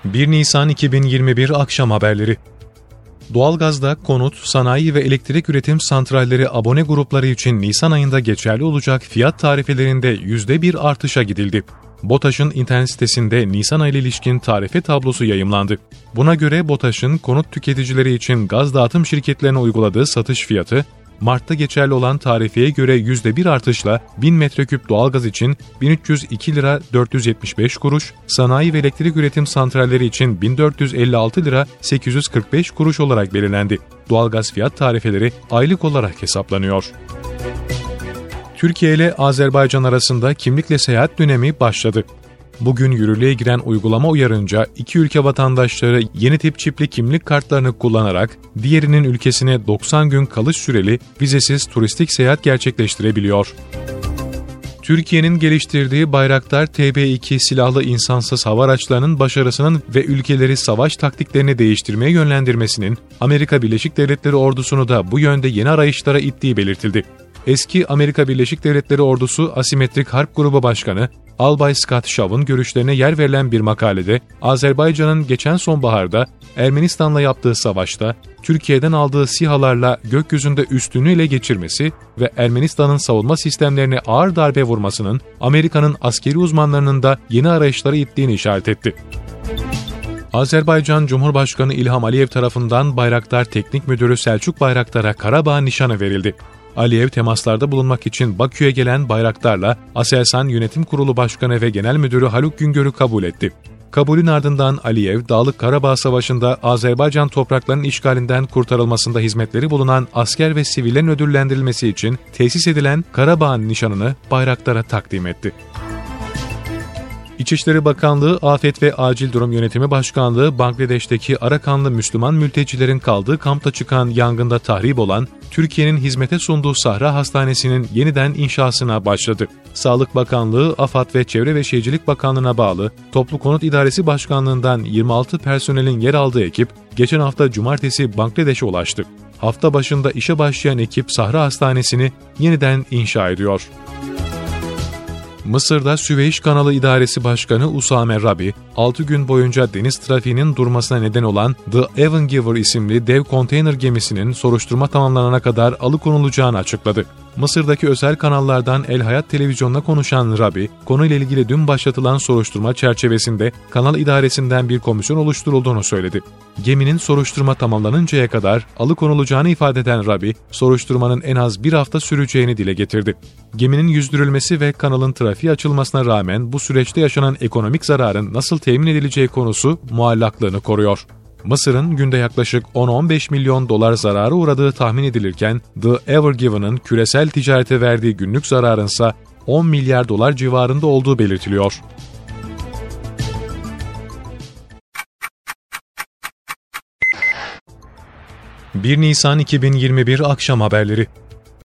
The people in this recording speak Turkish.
1 Nisan 2021 akşam haberleri. Doğalgazda konut, sanayi ve elektrik üretim santralleri abone grupları için Nisan ayında geçerli olacak fiyat tarifelerinde %1 artışa gidildi. BOTAŞ'ın internet sitesinde Nisan ayı ile ilişkin tarife tablosu yayımlandı. Buna göre BOTAŞ'ın konut tüketicileri için gaz dağıtım şirketlerine uyguladığı satış fiyatı, Mart'ta geçerli olan tarifeye göre %1 artışla 1000 metreküp doğalgaz için 1302 lira 475 kuruş, sanayi ve elektrik üretim santralleri için 1456 lira 845 kuruş olarak belirlendi. Doğalgaz fiyat tarifeleri aylık olarak hesaplanıyor. Türkiye ile Azerbaycan arasında kimlikle seyahat dönemi başladı. Bugün yürürlüğe giren uygulama uyarınca iki ülke vatandaşları yeni tip çipli kimlik kartlarını kullanarak diğerinin ülkesine 90 gün kalış süreli vizesiz turistik seyahat gerçekleştirebiliyor. Türkiye'nin geliştirdiği Bayraktar TB2 silahlı insansız hava araçlarının başarısının ve ülkeleri savaş taktiklerini değiştirmeye yönlendirmesinin Amerika Birleşik Devletleri ordusunu da bu yönde yeni arayışlara ittiği belirtildi. Eski Amerika Birleşik Devletleri Ordusu Asimetrik Harp Grubu Başkanı Albay Scott Shaw'ın görüşlerine yer verilen bir makalede, Azerbaycan'ın geçen sonbaharda Ermenistan'la yaptığı savaşta Türkiye'den aldığı SİHA'larla gökyüzünde üstünlüğü ele geçirmesi ve Ermenistan'ın savunma sistemlerine ağır darbe vurmasının Amerika'nın askeri uzmanlarının da yeni arayışlara ittiğini işaret etti. Azerbaycan Cumhurbaşkanı İlham Aliyev tarafından Bayraktar Teknik Müdürü Selçuk Bayraktar'a Karabağ nişanı verildi. Aliyev temaslarda bulunmak için Bakü'ye gelen Bayraktar'la Aselsan Yönetim Kurulu Başkanı ve Genel Müdürü Haluk Güngör'ü kabul etti. Kabulün ardından Aliyev, Dağlık Karabağ Savaşı'nda Azerbaycan topraklarının işgalinden kurtarılmasında hizmetleri bulunan asker ve sivillerin ödüllendirilmesi için tesis edilen Karabağ nişanını Bayraktar'a takdim etti. İçişleri Bakanlığı, Afet ve Acil Durum Yönetimi Başkanlığı, Bangladeş'teki Arakanlı Müslüman mültecilerin kaldığı kampta çıkan yangında tahrip olan Türkiye'nin hizmete sunduğu Sahra Hastanesi'nin yeniden inşasına başladı. Sağlık Bakanlığı, AFAD ve Çevre ve Şehircilik Bakanlığı'na bağlı Toplu Konut İdaresi Başkanlığı'ndan 26 personelin yer aldığı ekip, geçen hafta Cumartesi Bangladeş'e ulaştı. Hafta başında işe başlayan ekip Sahra Hastanesi'ni yeniden inşa ediyor. Mısır'da Süveyş Kanalı İdaresi Başkanı Usame Rabi, 6 gün boyunca deniz trafiğinin durmasına neden olan The Avengiver isimli dev konteyner gemisinin soruşturma tamamlanana kadar alıkonulacağını açıkladı. Mısır'daki özel kanallardan El Hayat televizyonuna konuşan Rabi, konuyla ilgili dün başlatılan soruşturma çerçevesinde kanal idaresinden bir komisyon oluşturulduğunu söyledi. Geminin soruşturma tamamlanıncaya kadar alıkonulacağını ifade eden Rabi, soruşturmanın en az bir hafta süreceğini dile getirdi. Geminin yüzdürülmesi ve kanalın trafiğe açılmasına rağmen bu süreçte yaşanan ekonomik zararın nasıl temin edileceği konusu muallaklığını koruyor. Mısır'ın günde yaklaşık 10-15 milyon dolar zarara uğradığı tahmin edilirken, The Ever Given'ın küresel ticarete verdiği günlük zararınsa 10 milyar dolar civarında olduğu belirtiliyor. ...1 Nisan 2021 akşam haberleri.